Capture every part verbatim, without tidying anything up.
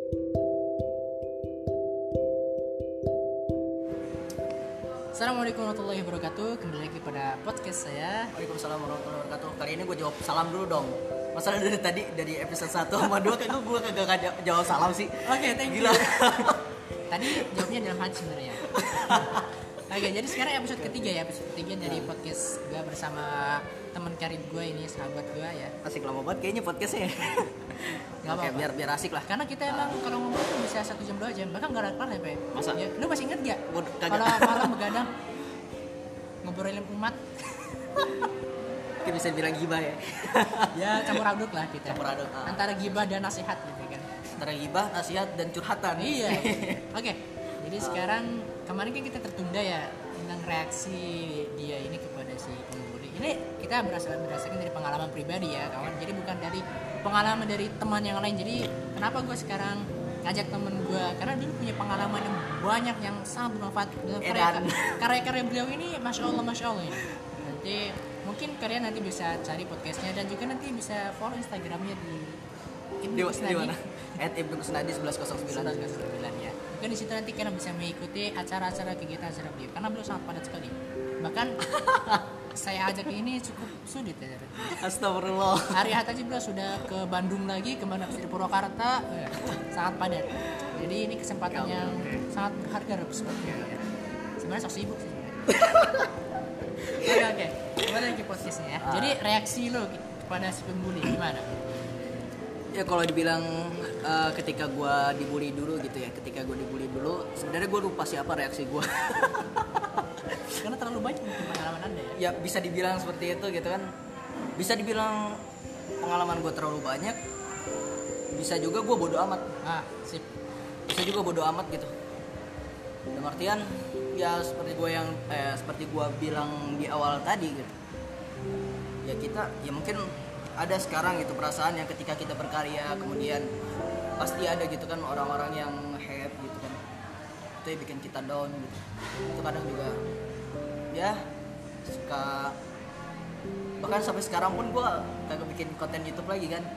Assalamualaikum warahmatullahi wabarakatuh. Kembali lagi pada podcast saya. Waalaikumsalam warahmatullahi wabarakatuh. Kali ini gue jawab salam dulu dong. Masalah dari tadi dari episode satu sama dua kayaknya gue kagak jawab salam sih. Oke, okay, thank you. Gila. Tadi jawabnya dalam hati sebenarnya. Oke, okay, jadi sekarang episode ketiga ya, episode ketiga dari podcast gue bersama teman karib gue ini, sahabat gue ya. Asik lama banget kayaknya podcastnya. Gak Oke, biar biar asik lah. Karena kita emang kalau ngomong tuh bisa satu jam dua jam, bahkan nggak kelar ya, Pak. Masa? Ya, lu masih inget gak? Kagak. Kalau malam begadang ngobrolin umat. Oke, bisa bilang gibah ya. Ya campur aduk lah kita. Campur aduk. Ah. Antara gibah dan nasihat gitu kan. Antara gibah, nasihat dan curhatan. Iya. Oke. Okay. Jadi sekarang kemarin kan kita tertunda ya tentang reaksi dia ini kepada si pengemudi. Ini kita berasal berdasarkan dari pengalaman pribadi ya kawan. Jadi bukan dari pengalaman dari teman yang lain. Jadi kenapa gue sekarang ngajak temen gue? Karena dulu punya pengalaman yang banyak yang sangat bermanfaat dalam karya karya-karya beliau ini, masya Allah, masya Allah ya. Nanti mungkin kalian nanti bisa cari podcastnya dan juga nanti bisa follow Instagramnya di Ibnu Kusnadi. at Ibnu Kusnadi seribu seratus sembilan ya. Mungkin di situ nanti kalian bisa mengikuti acara-acara kegiatan acara beliau karena beliau sangat padat sekali. Bahkan saya ajak ini cukup sulit ya. Astagfirullah. Hari Ahad aja beliau sudah ke Bandung lagi, kemana di Purwakarta, ya, sangat padat. Jadi ini kesempatan ya, yang okay. sangat berharga seperti ya. Sebenarnya sok sibuk sih. Oke oke. Kembali lagi podcastnya ya. Ah. Jadi reaksi lo kepada si pembuli gimana? Ya kalau dibilang uh, ketika gue dibully dulu gitu ya, ketika gue dibully dulu, sebenarnya gue lupa siapa reaksi gue. Karena terlalu banyak pengalaman anda ya. Ya bisa dibilang seperti itu gitu kan. Bisa dibilang pengalaman gue terlalu banyak. Bisa juga gue bodoh amat. Ah sip. Bisa juga bodoh amat gitu. Dalam artian ya seperti gue yang eh, seperti gue bilang di awal tadi gitu. Ya kita ya mungkin ada sekarang gitu perasaan yang ketika kita berkarya kemudian pasti ada gitu kan orang-orang yang hate gitu kan, itu yang bikin kita down gitu. Itu kadang juga ya suka, bahkan sampai sekarang pun gue kagak bikin konten YouTube lagi kan.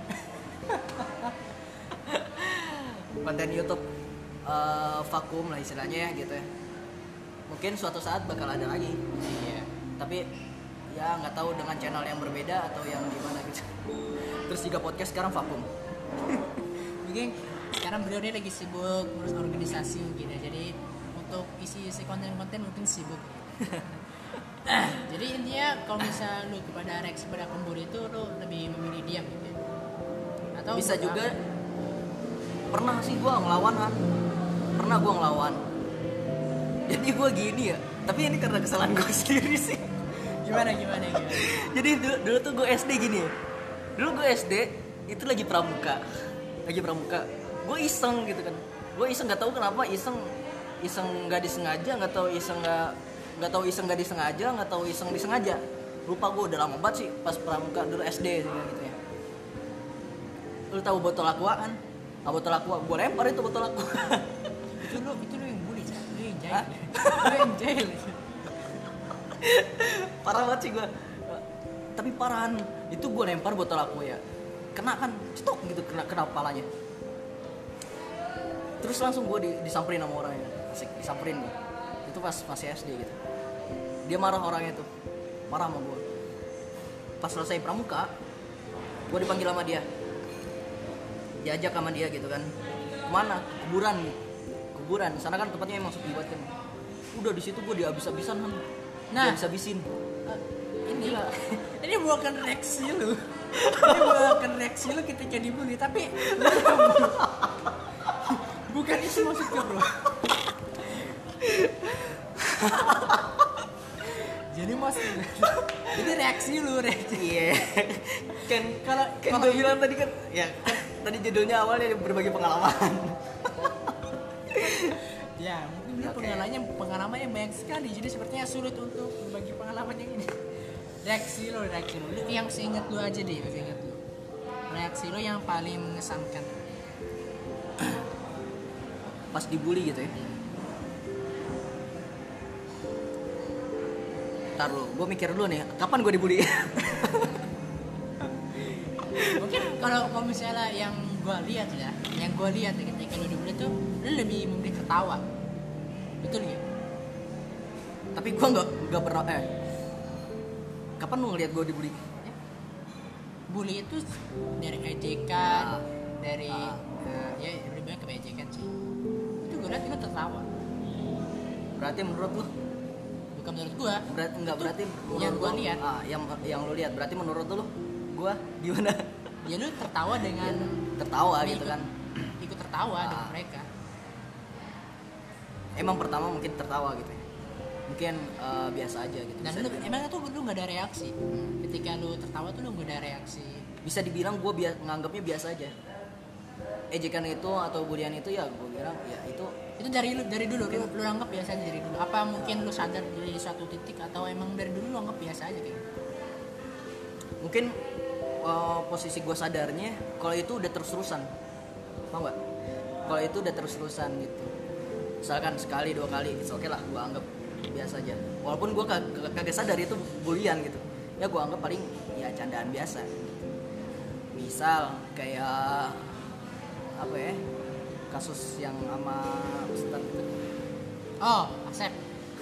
Konten YouTube uh, vakum lah istilahnya ya gitu ya. Mungkin suatu saat bakal ada lagi. Iya. Tapi ya nggak tahu dengan channel yang berbeda atau yang gimana gitu. Terus juga podcast sekarang vakum. Mungkin sekarang beliau ini lagi sibuk ngurus organisasi mungkin ya. Jadi untuk isi-isi konten-konten mungkin sibuk. Jadi intinya kalau misal lu kepada reaksi pada pembuli itu lu lebih memilih diam gitu ya? Atau bisa juga apa? Pernah sih gua ngelawan kan. Pernah gua ngelawan. Jadi gua gini ya. Tapi ini karena kesalahan gua sendiri sih. Gimana gimana gimana. Jadi dulu, dulu tuh gue S D gini ya. Dulu gue S D itu lagi pramuka. Lagi pramuka. Gue iseng gitu kan. Gue iseng enggak tahu kenapa iseng iseng enggak disengaja, enggak tahu iseng enggak enggak tahu iseng enggak disengaja, enggak tahu iseng disengaja. Lupa gue udah lama banget sih pas pramuka dulu S D gitu ya. Lu tahu botol aqua kan? Ah, botol aqua gue lempar itu botol aqua. Itu lu itu lu yang bully, lu yang jahil. Lu yang jahil. Parah banget sih gue. Tapi parahan itu gue lempar botol aku ya, kena kan cetok gitu, kena kena kepalanya. Terus langsung gue di, disamperin sama orangnya, asik disamperin gue. Itu pas masih S D gitu. Dia marah orangnya tuh, marah sama gue. Pas selesai pramuka, gue dipanggil sama dia, diajak sama dia gitu kan. Kemana? Kuburan gitu. Kuburan. Sana kan tempatnya emang sepi banget kan. Udah di situ gue dihabis-habisan kan. Nah, bisa bisin. Uh, ini lah. Ini bukan reaksi lu. Ini bukan reaksi lu ketika dibully, tapi bukan itu maksudnya, bro. Jadi maksudnya ini reaksi lu, reaksi. Iya. Kan kalau kan gue bilang tadi kan ya kan tadi judulnya awalnya berbagi pengalaman. Ya, mungkin dia okay. pengalamannya pengalamannya banyak sekali, jadi sepertinya sulit untuk berbagi pengalaman yang ini. Reaksi lo, reaksi lo, yang seingat lo aja deh, seingat lo. Reaksi lo yang paling mengesankan. Pas dibully gitu ya. Ntar lo, gue mikir dulu nih, kapan gue dibully? Mungkin kalau kalau misalnya yang gue lihat ya, yang gue lihat ya, ketika lu dibully tuh lu lebih memilih tertawa, betul ya? Tapi gue nggak nggak pernah eh kapan lu ngeliat gue dibully? Bully itu dari ejekan, Ah. dari Ah. eh, ya lebih banyak ke ejekan sih. Itu gue lihat lu tertawa, Berarti menurut lu? bukan menurut gue. Berarti enggak Itu berarti yang menurut gua lu- lihat. Ah, yang yang lu lihat berarti menurut lu gua gimana? Ya lu tertawa dengan Tertawa dia gitu ikut- kan. ikut tertawa Ah. dengan mereka. Emang pertama mungkin tertawa gitu ya. Mungkin eh, biasa aja gitu. Dan Bisa, lu dibilang. emang tuh lu nggak ada reaksi. Ketika lu tertawa tuh lu nggak ada reaksi. Bisa dibilang gua bia- nganggapnya biasa aja. Ejekan itu atau bulian itu ya gua bilang ya itu Itu dari lu dari dulu lu, lu anggap biasa aja dari dulu. Apa mungkin lu sadar dari suatu titik atau emang dari dulu lu anggap biasa aja kayak gitu? mungkin eh, posisi gua sadarnya kalau itu udah terus-terusan. Paham nggak? Kalau itu udah terus-terusan gitu. Misalkan sekali dua kali, it's okay lah gua anggap biasa aja. Walaupun gua kag- kag- kagak sadar itu bulian gitu. Ya gua anggap paling ya candaan biasa. Misal kayak apa ya? Kasus yang sama Ustadz itu. Oh, Asep.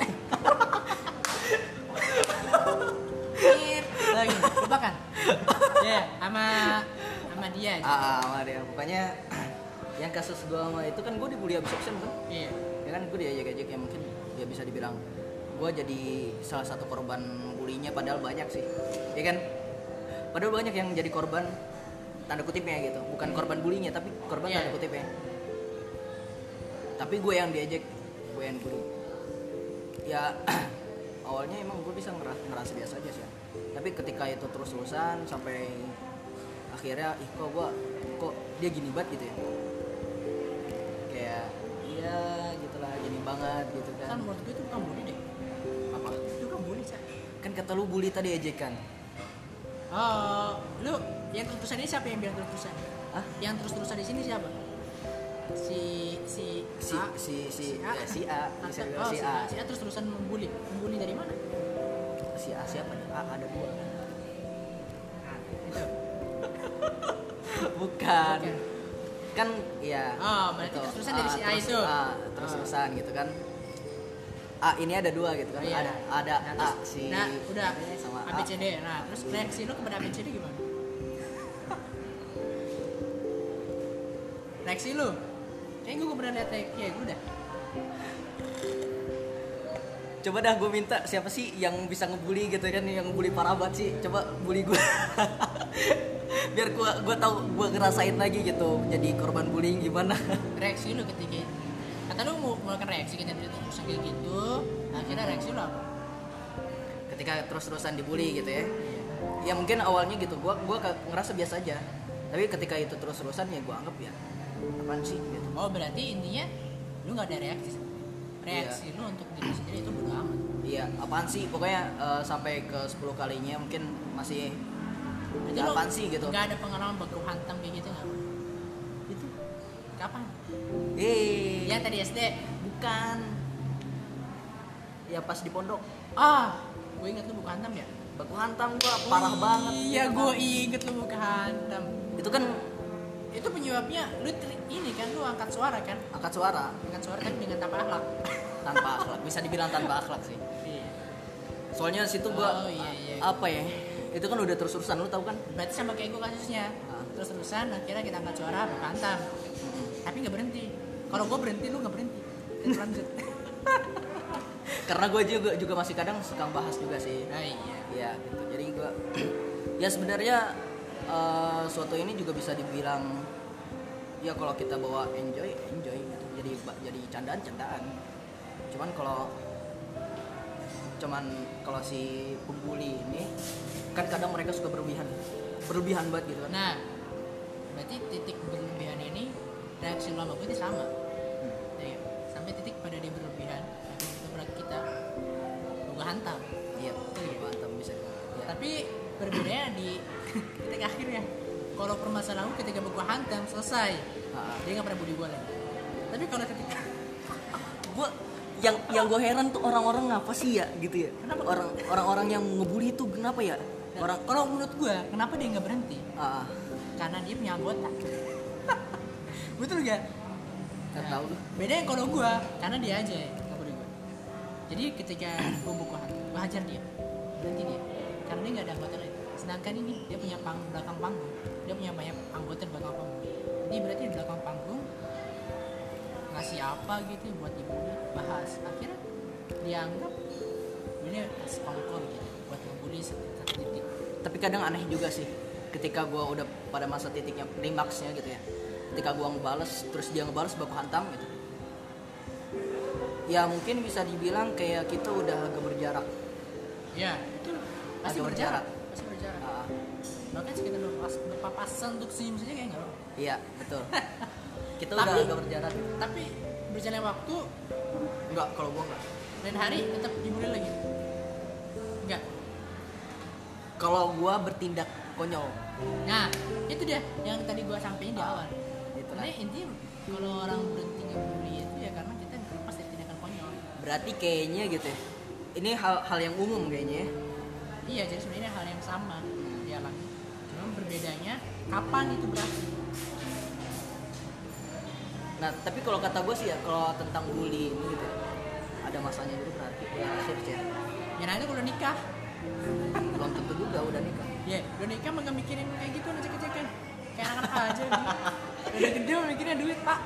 Tit, lagi lupakan. Ya, sama sama dia. aja. Ah, sama dia. Pokoknya yang kasus gua sama itu kan gua dibully abis absen kan. Iya. Ya kan gue diajak-ajak ya mungkin ya bisa dibilang gue jadi salah satu korban bulinya padahal banyak sih ya kan padahal banyak yang jadi korban tanda kutipnya gitu bukan korban bulinya tapi korban Yeah. tanda kutipnya tapi gue yang diajak gue yang bully ya awalnya emang gue bisa ngerasa, ngerasa biasa aja sih ya. Tapi ketika itu terus-terusan sampai akhirnya ih kok gue kok dia gini banget gitu ya kayak iya gitulah gini banget gitu Kan kan menurut gue itu bukan bully deh. apa Itu kan bully, Cak. kan kata lu bully tadi ejekan Oh, lu yang terus-terusan ini siapa yang bilang terus-terusan? Hah? Yang terus-terusan di sini siapa? Si si si A. si si A. ya, si A bisa Atau- dibilang oh, si A Si A terus-terusan membuli. Membuli dari mana? si A siapa nih A ada dua Nah, itu. bukan Oke. kan ya Oh, berarti itu. terus-terusan dari si A terus- itu. A, terus-terusan gitu kan A ini ada dua gitu kan Iya. ada ada Nah, A terus- si nah, udah sama A B C D. Nah, terus reaksi lu kepada A B C D gimana? Reaksi lu? Kayaknya gue pernah lihat reaksi ya, gue udah. Coba dah gue minta siapa sih yang bisa ngebully gitu kan yang ngebully parah banget sih coba bully gue biar gue gue tahu gue ngerasain lagi gitu jadi korban bullying gimana Reaksi lu ketika kata lu mau melakukan reaksi ketika terus kayak gitu, akhirnya reaksi lu apa? ketika terus-terusan dibully gitu ya ya mungkin awalnya gitu gue gue ngerasa biasa aja tapi ketika itu terus-terusan ya gue anggap ya apaan sih gitu Oh, berarti intinya lu nggak ada reaksi. Reaksi lu untuk diri sendiri itu bodo amat. iya apaan sih pokoknya eh, sampai ke sepuluh kalinya mungkin masih Berarti ya, lu apaan sih gitu nggak ada pengalaman baku hantam kayak gitu nggak? itu Kapan? eh Yang tadi S D. bukan ya pas di pondok Ah, gue inget lu buku hantam ya? baku hantam gua parah banget Iya, gitu gue kan. inget lu buku hantam. itu kan Itu penyebabnya lu tri- ini kan lu angkat suara kan? angkat suara Angkat suara kan dengan tanpa akhlak. tanpa akhlak bisa dibilang tanpa akhlak sih Iya. soalnya situ gua Oh, iya, iya. apa ya itu kan udah terus-terusan lu tahu kan Berarti sama kayak gue kasusnya. Ah. Terus terusan akhirnya kita angkat suara buku hantam. Tapi nggak berhenti. Kalau gue berhenti lu nggak berhenti. Terus lanjut. karena gue juga juga masih kadang suka bahas juga sih Ah, iya. ya gitu jadi gue ya sebenarnya eh, suatu ini juga bisa dibilang ya kalau kita bawa enjoy enjoy gitu jadi jadi candaan candaan cuman kalau cuman kalau si pembuli ini kan kadang mereka suka berlebihan berlebihan banget gitu kan Nah, berarti titik berlebihan ini reaksi lu sama gue itu sama. Ya, sampai titik pada dia berlebihan, akhirnya itu berat kita gue hantam. iya Iya. mantap bisa ya. Tapi berbedanya di titik akhirnya. Kalau permasalahan gue ketika gue hantam selesai, Ah. dia nggak pernah bully gue lagi. Tapi kalau ketika Gue yang yang gue heran tuh orang-orang ngapa sih ya gitu ya Kenapa? orang orang-orang yang ngebully itu kenapa ya orang orang kalau menurut gue kenapa dia nggak berhenti? ah Karena dia punya anggota. Betul gak? Nggak tahu tuh. Beda yang kalau gue, karena dia aja ya, nggak boleh gue. Jadi ketika gue buku hantu, gue hajar dia, berhenti dia, karena dia nggak ada anggota lain. Sedangkan ini dia punya pang belakang panggung, dia punya banyak anggota di belakang panggung. Jadi berarti di belakang panggung ngasih apa gitu buat dibully, bahas. Akhirnya dianggap ini sekongkol gitu buat ngebully satu titik. Tapi kadang aneh juga sih ketika gue udah pada masa titiknya klimaksnya gitu ya, ketika gue ngebales terus dia ngebales baku hantam gitu, ya mungkin bisa dibilang kayak kita udah agak berjarak. Ya itu pasti Agak berjarak, berjarak. pasti berjarak. Ah, Bahkan sekitar berpas- berpapasan untuk senyum saja kayak nggak apa. iya betul. Kita Tapi- udah agak berjarak. Tapi berjalannya waktu Enggak, kalau gue enggak. dan hari tetap dibully lagi. Enggak. Kalau gue bertindak konyol Nah itu dia yang tadi gua sampaikan di Ah, awal. gitu Karena kan. intinya kalau orang berhenti ngebully itu ya karena kita lepas dari tindakan konyol. Berarti kayaknya gitu ya, ini hal-hal yang umum kayaknya ya. Iya, jadi sebenarnya hal yang sama dialami. Cuma berbedanya kapan itu berakhir. Nah tapi kalau kata gue sih ya, kalau tentang bully ini gitu ya, ada masanya dulu berarti ya serius ya. Ya nanti kalau nikah, Belum tentu juga udah nikah. ya udah nikah mah nggak mikirin kayak gitu aja kecekan. Kayak anak-anak aja gitu. Udah gede mah mikirnya duit, Pak.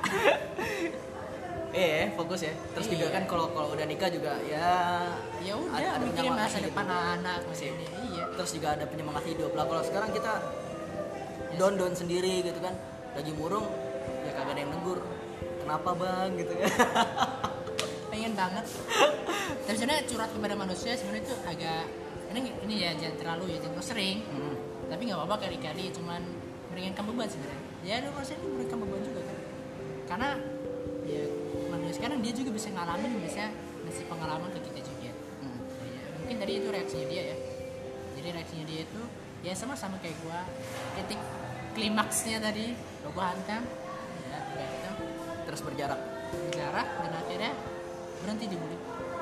Eh fokus ya. Terus juga Iya. kan kalau kalau udah nikah juga ya Ya udah ada- ada mikirin penyemangat masa gitu. depan anak maksudnya. Iya. Terus juga ada penyemangat hidup lah. Kalau sekarang kita Yes. down down sendiri gitu kan, lagi murung ya kagak ada yang negur. Kenapa bang gitu kan? Pengen banget. Tapi sebenarnya curhat kepada manusia sebenarnya itu agak ini ini ya jangan terlalu ya jangan terlalu sering. Hmm. Tapi nggak apa-apa kali-kali cuman meringankan beban sebenarnya. Ya ada manusia itu meringankan beban juga kan. Karena ya manusia sekarang dia juga bisa ngalamin bisa ngasih pengalaman ke kita juga. Hmm. Ya, mungkin tadi itu reaksinya dia ya. Jadi reaksinya dia itu ya sama-sama kayak gua. Titik klimaksnya tadi gua hantam ya udah itu Terus berjarak. berjarak dan akhirnya berhenti dibully.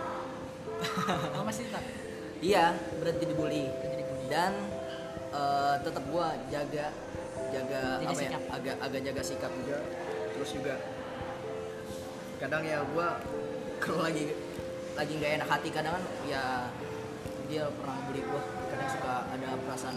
Oh masih tetap Iya berhenti dibully. berhenti dibully. Dan eh, tetap gua jaga jaga Jaga apa sikap. ya agak agak jaga sikap juga. Terus juga kadang ya gua kalau lagi lagi nggak enak hati kadang kan ya dia pernah bully gua, kadang suka ada perasaan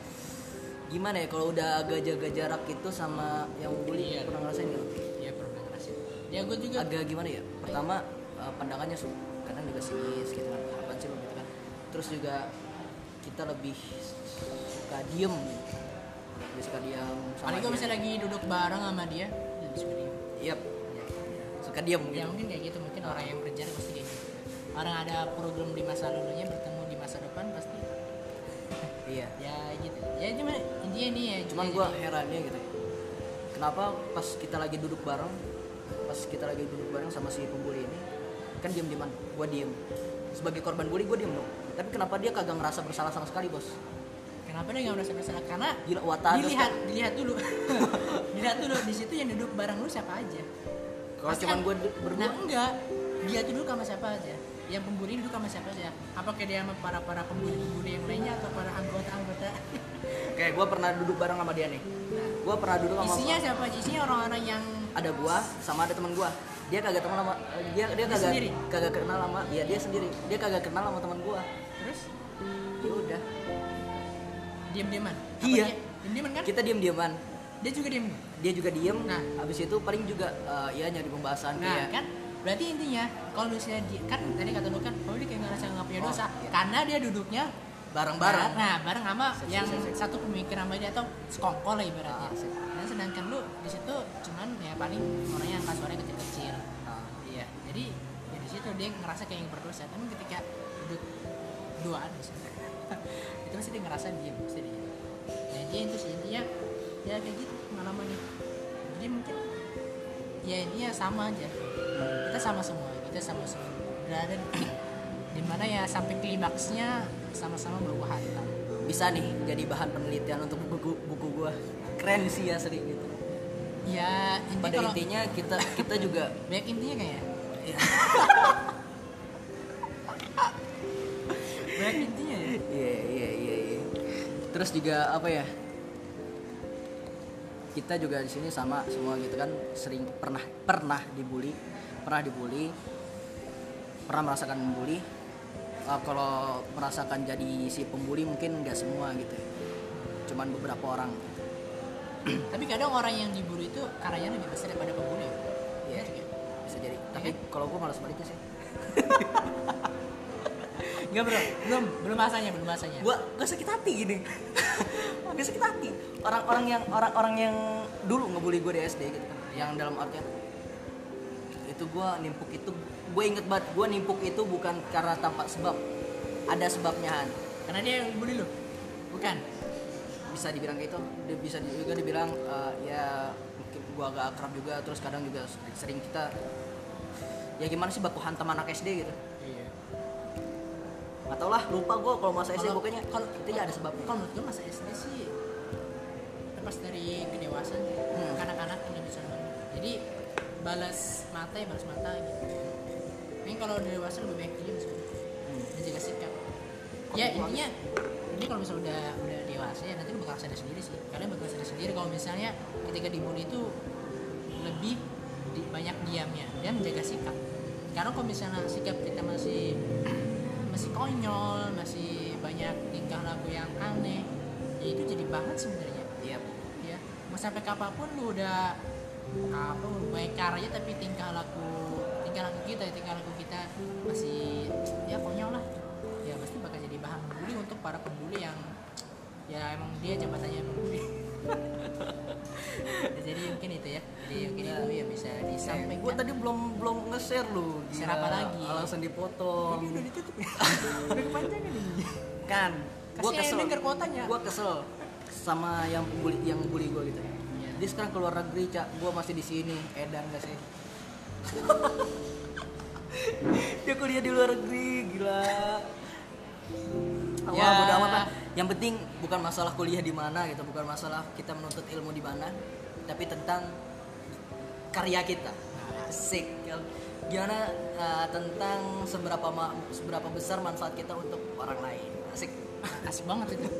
gimana ya kalau udah agak jaga jarak itu sama yang bully. Iya. Pernah ngerasain gitu Ya pernah ngerasain. Ya gue juga agak gimana ya, pertama eh, pandangannya su kadang juga sinis gitu kan, apaan sih lo gitu kan. Terus juga kita lebih suka diem lebih suka diem sama paling gue dia. misalnya lagi duduk bareng sama dia lebih suka dia. Yap, suka diem Ya gitu. mungkin kayak gitu, mungkin orang yang berjarak pasti kayak gitu. Orang ada problem di masa lalunya bertemu di masa depan pasti Iya. ya gitu. Ya cuma intinya ini ya. Cuman ya, gue jadi- herannya gitu, kenapa pas kita lagi duduk bareng, pas kita lagi duduk bareng sama si pembuli ini, kan diem dieman, gue diem. Sebagai korban bully gue diem dong. Tapi kenapa dia kagak ngerasa bersalah sama sekali bos? Kenapa dia nggak merasa bersalah? Karena Gila wataga. dilihat, dilihat dulu, dilihat dulu di situ yang duduk bareng lu siapa aja. Kalau Pasti cuman kan- gue berdua, Nah enggak, dia tuh duduk sama siapa aja. Yang pembuli duduk sama siapa aja. Apakah dia sama para para pembuli-pembuli yang lainnya atau para anggota-anggota? kayak gue pernah duduk bareng sama dia nih. Nah, Gue pernah duduk sama isinya siapa aja? Isinya orang-orang yang ada gua sama ada teman gua. Dia kagak teman sama dia dia Dia kagak sendiri? kagak kenal sama dia dia sendiri. Dia kagak kenal sama teman gua. terus Ya udah. diam-diaman. Apa Iya. dia- Diam-diaman kan? Kita diem-dieman. Dia juga diam. Dia juga diem. Nah. Habis itu paling juga eh, ya nyari pembahasan Nah kayak kan berarti intinya kalau misalnya dia kan tadi kata lu kan kalau dia kayak ngerasa nggak punya Oh, dosa iya. karena dia duduknya bareng-bareng. Nah, bareng sama Sip, yang sip, sip. satu pemikiran sama dia atau sekongkol lah ibaratnya. Ah, sip. Nah, sedangkan lu di situ cuman ya paling orangnya angkat suaranya kecil-kecil. Nah, Iya. Jadi ya di situ dia ngerasa kayak yang berdosa. Tapi ketika duduk duaan misalnya, itu pasti dia ngerasa diem, pasti dia. Nah, dia itu sih intinya ya kayak gitu pengalamannya. Jadi mungkin ya intinya sama aja. Kita sama semua, kita sama semua berada di titik dimana ya sampai klimaksnya sama-sama bawa hantam. bisa nih jadi bahan penelitian untuk buku buku gua. Keren sih ya sering gitu. Ya intinya Pada kalau intinya kita kita juga banyak intinya kayak banyak intinya ya. iya iya iya iya. Terus juga apa ya? kita juga di sini sama semua gitu kan, sering pernah pernah dibully, pernah dibully, pernah merasakan membuli. Uh, kalau merasakan jadi si pembuli mungkin nggak semua gitu, cuman beberapa orang. Tapi kadang orang yang dibully itu karyanya lebih besar daripada pembuli. Iya, bisa jadi. Tapi kan? kalau gue malas baliknya sih. Enggak bro, belum belum masanya, belum masanya. Gue gak sakit hati gini. Gak sakit hati. Orang-orang yang orang-orang yang dulu ngebully gue di S D gitu kan, yang dalam artian itu gue nimpuk itu, gue inget banget, gue nimpuk itu bukan karena tanpa sebab, ada sebabnya Han. Karena dia yang bully lo, bukan? Bisa dibilang gitu, dia bisa juga dibilang uh, ya mungkin gue agak akrab juga, terus kadang juga sering, sering kita ya gimana sih baku hantam anak S D gitu. Iya. Gak tau lah, lupa gue kalau masa S D Kalau- pokoknya kalau tidak ada sebabnya. Kalau menurut gue masa S D sih lepas dari kedewasaan, Hmm. anak-anak udah bisa banget. Jadi balas mata ya balas mata gitu. Ini kalau udah dewasa lebih baik diam sih. Hmm. Menjaga sikap. Ya intinya ini kalau misalnya udah udah dewasa ya nanti lu bakal sadar sendiri sih. Kalian bakal sadar sendiri kalau misalnya ketika dibully itu lebih di, banyak diamnya dan menjaga sikap. Karena kalau misalnya sikap kita masih masih konyol, masih banyak tingkah laku yang aneh, ya itu jadi bahan sebenarnya. Iya. Ya, mau sampai kapanpun lu udah apa banyak karya tapi tingkah laku tingkah laku kita tingkah laku kita masih ya konyol lah, ya pasti bakal jadi bahan membuli untuk para pembuli yang ya emang dia jabatannya membuli. Ya, jadi mungkin itu ya, jadi mungkin Ya. itu ya bisa disampaikan. Gue tadi belum belum nge-share lu. Share apa lagi? Alasan dipotong. Ini udah ditutup ya. Udah kepanjangan ini. Kan, gue Kasih kesel. yang denger kuotanya. Gue kesel sama yang bully yang bully gue gitu. Iya. Dia sekarang keluar negeri, Cak. Gue masih di sini. Edan gak sih? Dia kuliah di luar negeri, gila. Wah, Ya. bodo amat lah. Yang penting bukan masalah kuliah di mana gitu, bukan masalah kita menuntut ilmu di mana, tapi tentang karya kita. Asik. Gimana uh, tentang seberapa ma- seberapa besar manfaat kita untuk orang lain. Asik. Asik banget itu.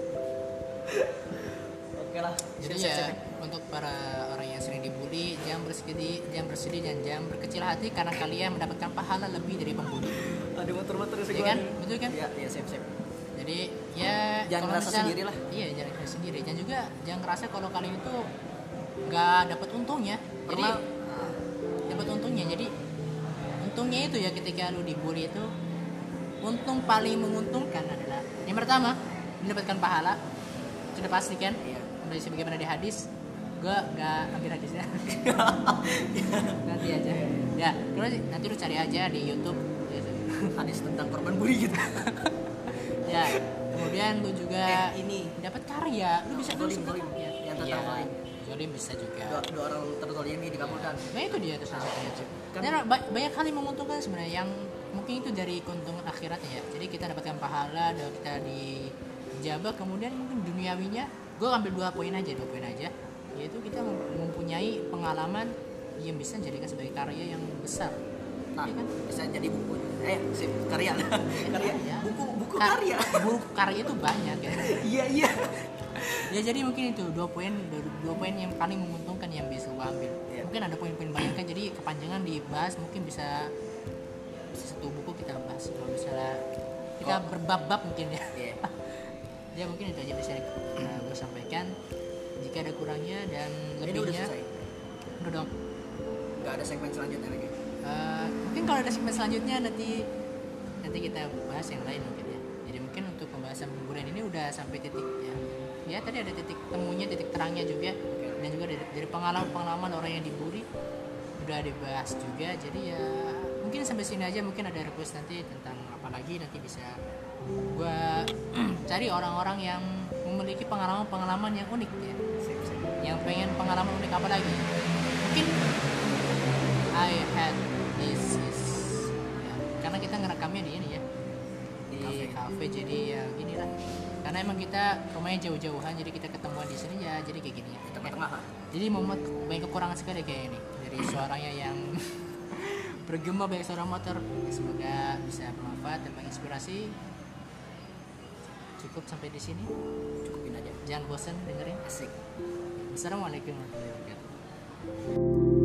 Oke lah. Jadi Siap, siap, ya siap. untuk para orang yang sering dibully, jangan bersedih, jangan bersedih dan jangan berkecil hati karena kalian mendapatkan pahala lebih dari pembuli. Ada motor-motor Iya kan? Betul kan? Iya, iya, siap, siap. Jadi ya Jangan kalau ngerasa misal- sendiri lah. Iya, jangan ngerasa sendiri. Dan juga jangan ngerasa kalau kalian itu nggak dapat untungnya. Jadi Pernah dapat untungnya. Jadi untungnya itu ya ketika lu dibully itu untung paling menguntungkan adalah yang pertama mendapatkan pahala. Sudah pasti kan? Iya. Dari sebagaimana di hadis, gue nggak ambil hadisnya. Nanti aja. Ya, terus nanti lu cari aja di YouTube. hadis tentang korban bully gitu. Ya, kemudian lu juga Eh, ini dapat karya, lu bisa Zolim, tulis tentang zolim. karya. Yang tentang Iya, zolim. zolim bisa juga. dua, dua orang terzolimi dikabulkan. Nah itu dia tuh salah satunya tuh. Kan- Dan ba- banyak hal yang menguntungkan sebenarnya yang mungkin itu dari keuntungan akhiratnya ya. Jadi kita dapatkan pahala, dan kita dijabah, kemudian mungkin duniawinya, gue ambil dua poin aja, dua poin aja. Yaitu kita mem- mempunyai pengalaman yang bisa dijadikan sebagai karya yang besar. Nah, Iya kan? bisa jadi buku. Eh, sip, karya. karya. Ya. Buku buku Kar- karya. Buku karya itu banyak ya. Iya, iya. Ya jadi mungkin itu dua poin dua, dua poin yang paling menguntungkan yang bisa gue ambil. Iya. Mungkin ada poin-poin banyak kan, jadi kepanjangan dibahas, mungkin bisa bisa satu buku kita bahas kalau misalnya kita Oh. berbab-bab mungkin ya. Iya. Ya mungkin itu aja bisa uh, gue sampaikan. Jika ada kurangnya dan Ini udah lebihnya, selesai. udah dong. Enggak ada segmen selanjutnya lagi. Uh, mungkin kalau ada segmen selanjutnya nanti nanti kita bahas yang lain mungkin ya. Jadi mungkin untuk pembahasan pembulian ini udah sampai titik ya. Ya tadi ada titik temunya, titik terangnya juga, dan juga dari, dari pengalaman-pengalaman orang yang dibully udah dibahas juga. Jadi ya mungkin sampai sini aja, mungkin ada request nanti tentang apa lagi nanti bisa gua cari orang-orang yang memiliki pengalaman-pengalaman yang unik ya. Sip, sip. Yang pengen pengalaman unik apa lagi? Mungkin I had this is ya, karena kita ngerekamnya di ini ya di Cafe. kafe, jadi ya gini lah. Karena emang kita rumahnya jauh-jauhan, jadi kita ketemuan di sini ya, jadi kayak gini ya. Di tengah-tengah lah. Jadi momen banyak kekurangan sekali kayak ini dari suaranya yang bergema, banyak suara motor. Ya, semoga bisa bermanfaat dan menginspirasi. Cukup sampai di sini. Cukupin aja. Jangan bosan dengerin. Asik. Wassalamualaikum warahmatullahi wabarakatuh.